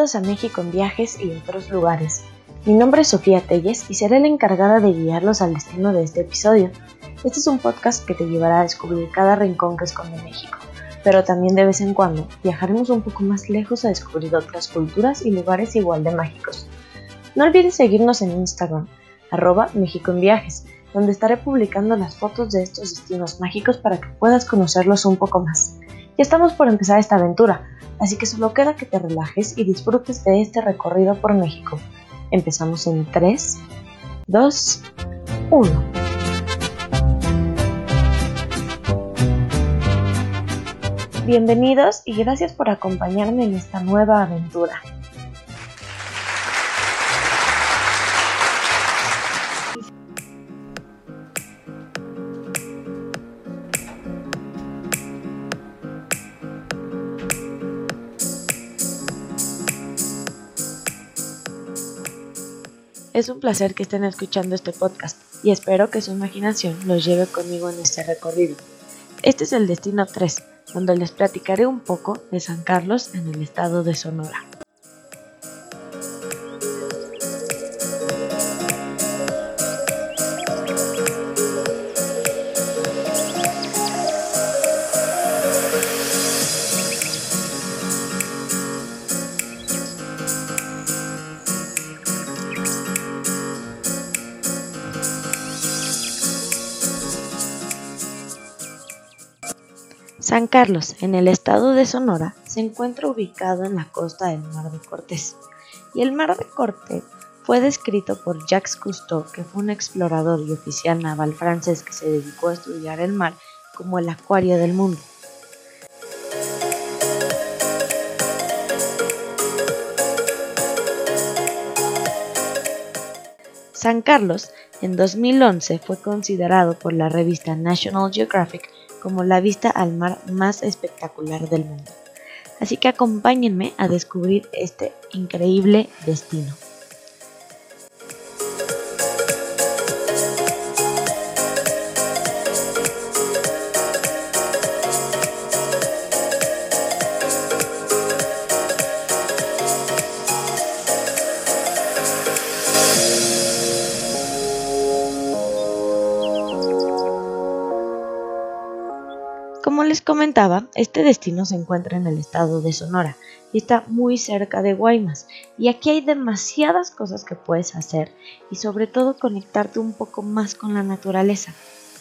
Bienvenidos a México en Viajes y otros lugares. Mi nombre es Sofía Telles y seré la encargada de guiarlos al destino de este episodio. Este es un podcast que te llevará a descubrir cada rincón que esconde México, pero también de vez en cuando viajaremos un poco más lejos a descubrir otras culturas y lugares igual de mágicos. No olvides seguirnos en Instagram, @México en Viajes, donde estaré publicando las fotos de estos destinos mágicos para que puedas conocerlos un poco más. Ya estamos por empezar esta aventura, así que solo queda que te relajes y disfrutes de este recorrido por México. Empezamos en 3, 2, 1. Bienvenidos y gracias por acompañarme en esta nueva aventura. Es un placer que estén escuchando este podcast y espero que su imaginación los lleve conmigo en este recorrido. Este es el destino 3, donde les platicaré un poco de San Carlos en el estado de Sonora. San Carlos, en el estado de Sonora, se encuentra ubicado en la costa del Mar de Cortés. Y el Mar de Cortés fue descrito por Jacques Cousteau, que fue un explorador y oficial naval francés que se dedicó a estudiar el mar como el acuario del mundo. San Carlos, en 2011, fue considerado por la revista National Geographic como la vista al mar más espectacular del mundo. Así que acompáñenme a descubrir este increíble destino. Como les comentaba, este destino se encuentra en el estado de Sonora y está muy cerca de Guaymas, y aquí hay demasiadas cosas que puedes hacer y sobre todo conectarte un poco más con la naturaleza.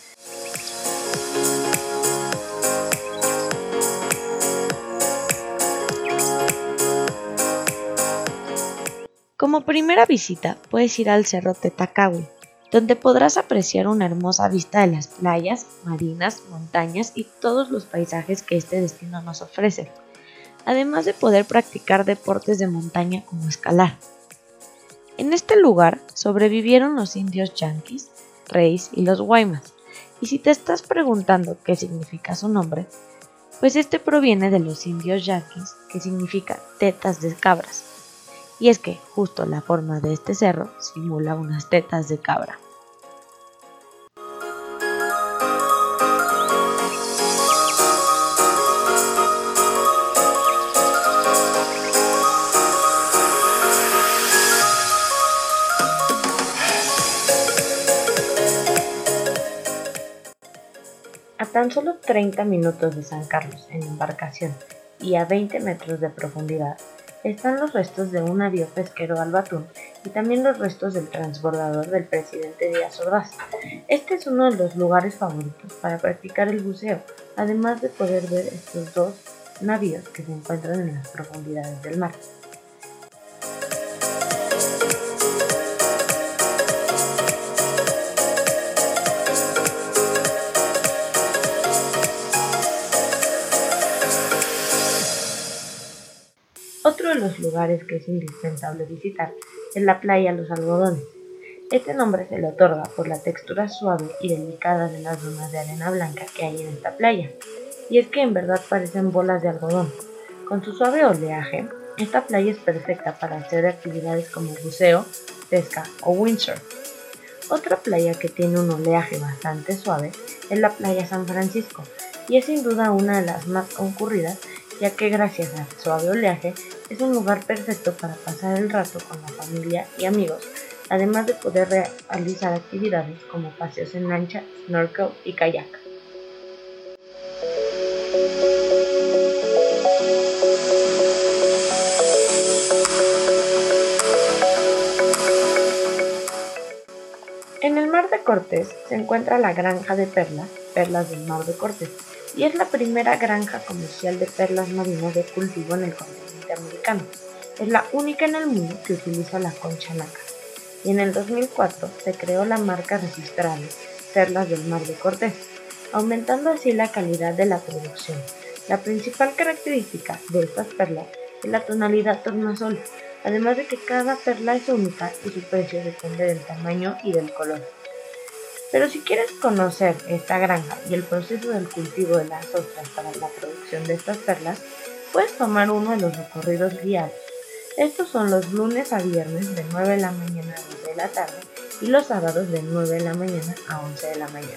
Como primera visita puedes ir al Cerro Tetacahui, donde podrás apreciar una hermosa vista de las playas, marinas, montañas y todos los paisajes que este destino nos ofrece, además de poder practicar deportes de montaña como escalar. En este lugar sobrevivieron los indios Yanquis, Reis y los Guaymas, y si te estás preguntando qué significa su nombre, pues este proviene de los indios Yanquis, que significa tetas de cabras. Y es que justo la forma de este cerro simula unas tetas de cabra. A tan solo 30 minutos de San Carlos en embarcación y a 20 metros de profundidad, están los restos de un navío pesquero al Batún y también los restos del transbordador del presidente Díaz Ordaz. Este es uno de los lugares favoritos para practicar el buceo, además de poder ver estos dos navíos que se encuentran en las profundidades del mar. Otro de los lugares que es indispensable visitar es la playa Los Algodones. Este nombre se le otorga por la textura suave y delicada de las dunas de arena blanca que hay en esta playa, y es que en verdad parecen bolas de algodón. Con su suave oleaje, esta playa es perfecta para hacer actividades como buceo, pesca o windsurf. Otra playa que tiene un oleaje bastante suave es la playa San Francisco, y es sin duda una de las más concurridas, ya que gracias al suave oleaje es un lugar perfecto para pasar el rato con la familia y amigos, además de poder realizar actividades como paseos en lancha, snorkel y kayak. En el Mar de Cortés se encuentra la granja de Perlas del Mar de Cortés, y es la primera granja comercial de perlas marinas de cultivo en el continente americano. Es la única en el mundo que utiliza la concha nácar. Y en el 2004 se creó la marca registrada Perlas del Mar de Cortés, aumentando así la calidad de la producción. La principal característica de estas perlas es la tonalidad tornasol, además de que cada perla es única y su precio depende del tamaño y del color. Pero si quieres conocer esta granja y el proceso del cultivo de las ostras para la producción de estas perlas, puedes tomar uno de los recorridos guiados. Estos son los lunes a viernes de 9 de la mañana a 2 de la tarde y los sábados de 9 de la mañana a 11 de la mañana.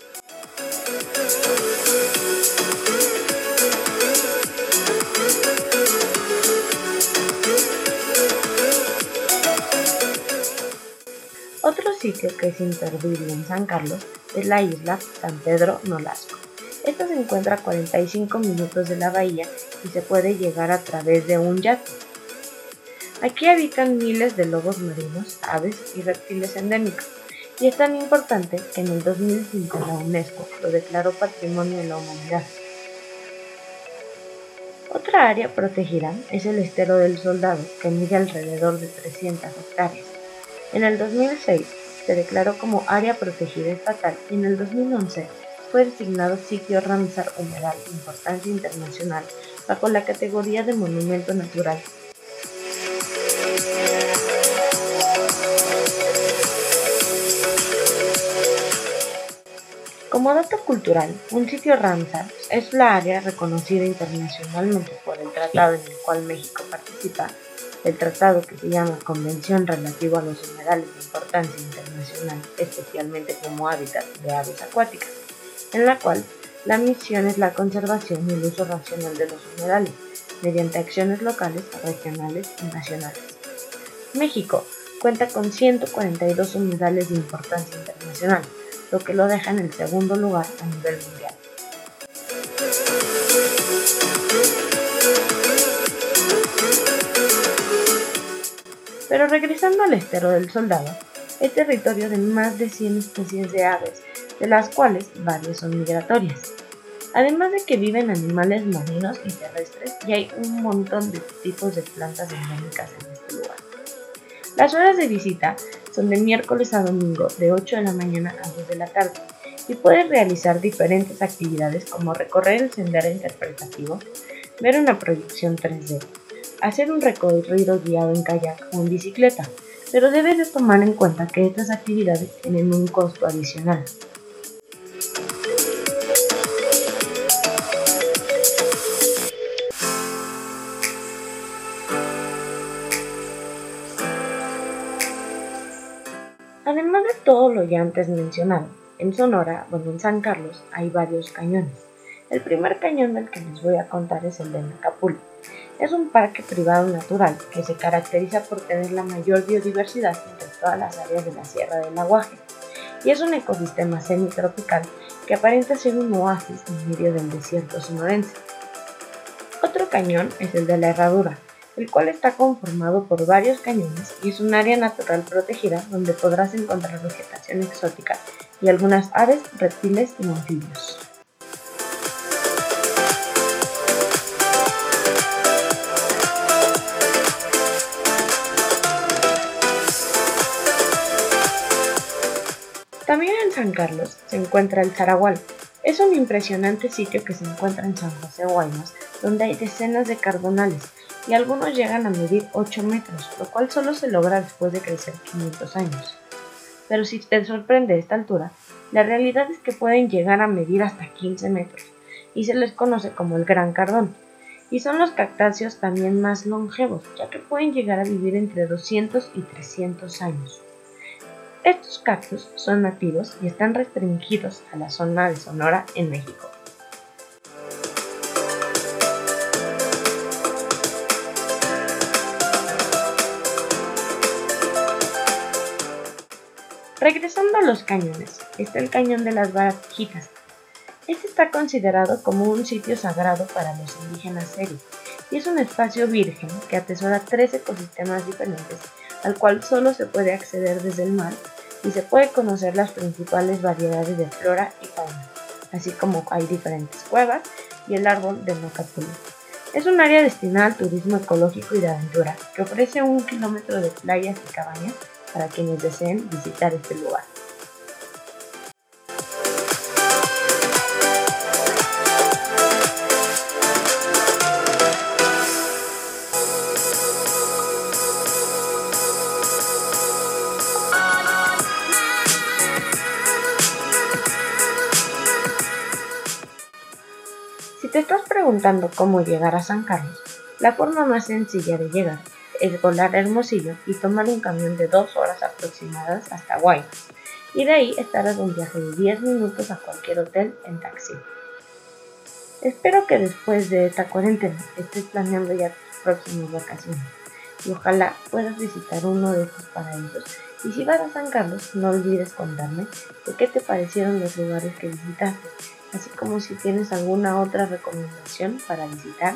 Otro sitio que es imperdible en San Carlos es la isla San Pedro Nolasco. Esta se encuentra a 45 minutos de la bahía y se puede llegar a través de un yate. Aquí habitan miles de lobos marinos, aves y reptiles endémicos, y es tan importante que en el 2005 la UNESCO lo declaró Patrimonio de la Humanidad. Otra área protegida es el Estero del Soldado, que mide alrededor de 300 hectáreas. En el 2006 se declaró como área protegida estatal y en el 2011 fue designado sitio Ramsar Humedal de importancia internacional bajo la categoría de Monumento Natural. Como dato cultural, un sitio Ramsar es la área reconocida internacionalmente por el tratado en el cual México participa, el tratado que se llama Convención relativo a los humedales de importancia internacional, especialmente como hábitat de aves acuáticas, en la cual la misión es la conservación y el uso racional de los humedales, mediante acciones locales, regionales y nacionales. México cuenta con 142 humedales de importancia internacional, lo que lo deja en el segundo lugar a nivel mundial. Pero regresando al Estero del Soldado, es territorio de más de 100 especies de aves, de las cuales varias son migratorias. Además de que viven animales marinos y terrestres, y hay un montón de tipos de plantas endémicas en este lugar. Las horas de visita son de miércoles a domingo de 8 de la mañana a 2 de la tarde, y puedes realizar diferentes actividades como recorrer el sendero interpretativo, ver una proyección 3D, hacer un recorrido guiado en kayak o en bicicleta, pero debes de tomar en cuenta que estas actividades tienen un costo adicional. Además de todo lo ya antes mencionado, en Sonora, en San Carlos, hay varios cañones. El primer cañón del que les voy a contar es el de Nacapulco. Es un parque privado natural que se caracteriza por tener la mayor biodiversidad entre todas las áreas de la Sierra del Aguaje, y es un ecosistema semitropical que aparenta ser un oasis en medio del desierto sonorense. Otro cañón es el de la Herradura, el cual está conformado por varios cañones y es un área natural protegida donde podrás encontrar vegetación exótica y algunas aves, reptiles y anfibios. También en San Carlos se encuentra el Zaragual. Es un impresionante sitio que se encuentra en San José Guaymas, donde hay decenas de cardonales, y algunos llegan a medir 8 metros, lo cual solo se logra después de crecer 500 años. Pero si te sorprende esta altura, la realidad es que pueden llegar a medir hasta 15 metros, y se les conoce como el Gran Cardón, y son los cactáceos también más longevos, ya que pueden llegar a vivir entre 200 y 300 años. Estos cactus son nativos y están restringidos a la zona de Sonora en México. Regresando a los cañones, está el cañón de las Barajitas. Este está considerado como un sitio sagrado para los indígenas seri y es un espacio virgen que atesora 3 ecosistemas diferentes al cual solo se puede acceder desde el mar y se puede conocer las principales variedades de flora y fauna, así como hay diferentes cuevas y el árbol de Nocatulu. Es un área destinada al turismo ecológico y de aventura que ofrece 1 kilómetro de playas y cabañas para quienes deseen visitar este lugar. Si te estás preguntando cómo llegar a San Carlos, la forma más sencilla de llegar es volar a Hermosillo y tomar un camión de 2 horas aproximadas hasta Guaymas, y de ahí estarás un viaje de 10 minutos a cualquier hotel en taxi. Espero que después de esta cuarentena estés planeando ya tus próximas vacaciones y ojalá puedas visitar uno de estos paraísos. Y si vas a San Carlos, no olvides contarme de qué te parecieron los lugares que visitaste, así como si tienes alguna otra recomendación para visitar.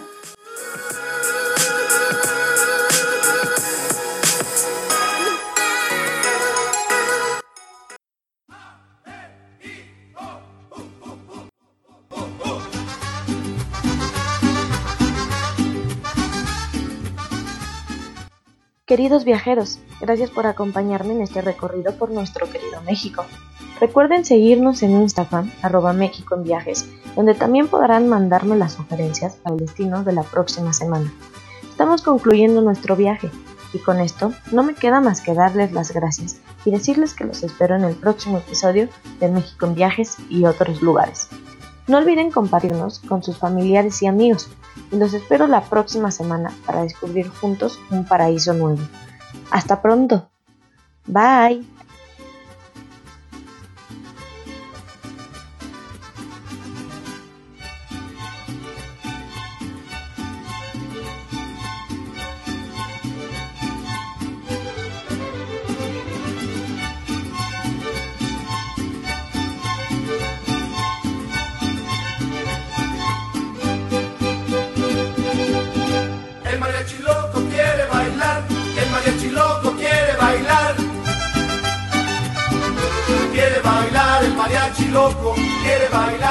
Queridos viajeros, gracias por acompañarme en este recorrido por nuestro querido México. Recuerden seguirnos en Instagram, @mexicoenviajes, donde también podrán mandarme las sugerencias para el destino de la próxima semana. Estamos concluyendo nuestro viaje, y con esto no me queda más que darles las gracias y decirles que los espero en el próximo episodio de México en Viajes y otros lugares. No olviden compartirnos con sus familiares y amigos, y los espero la próxima semana para descubrir juntos un paraíso nuevo. ¡Hasta pronto! Bye. El mariachi loco quiere bailar, el mariachi loco quiere bailar. Quiere bailar, el mariachi loco quiere bailar.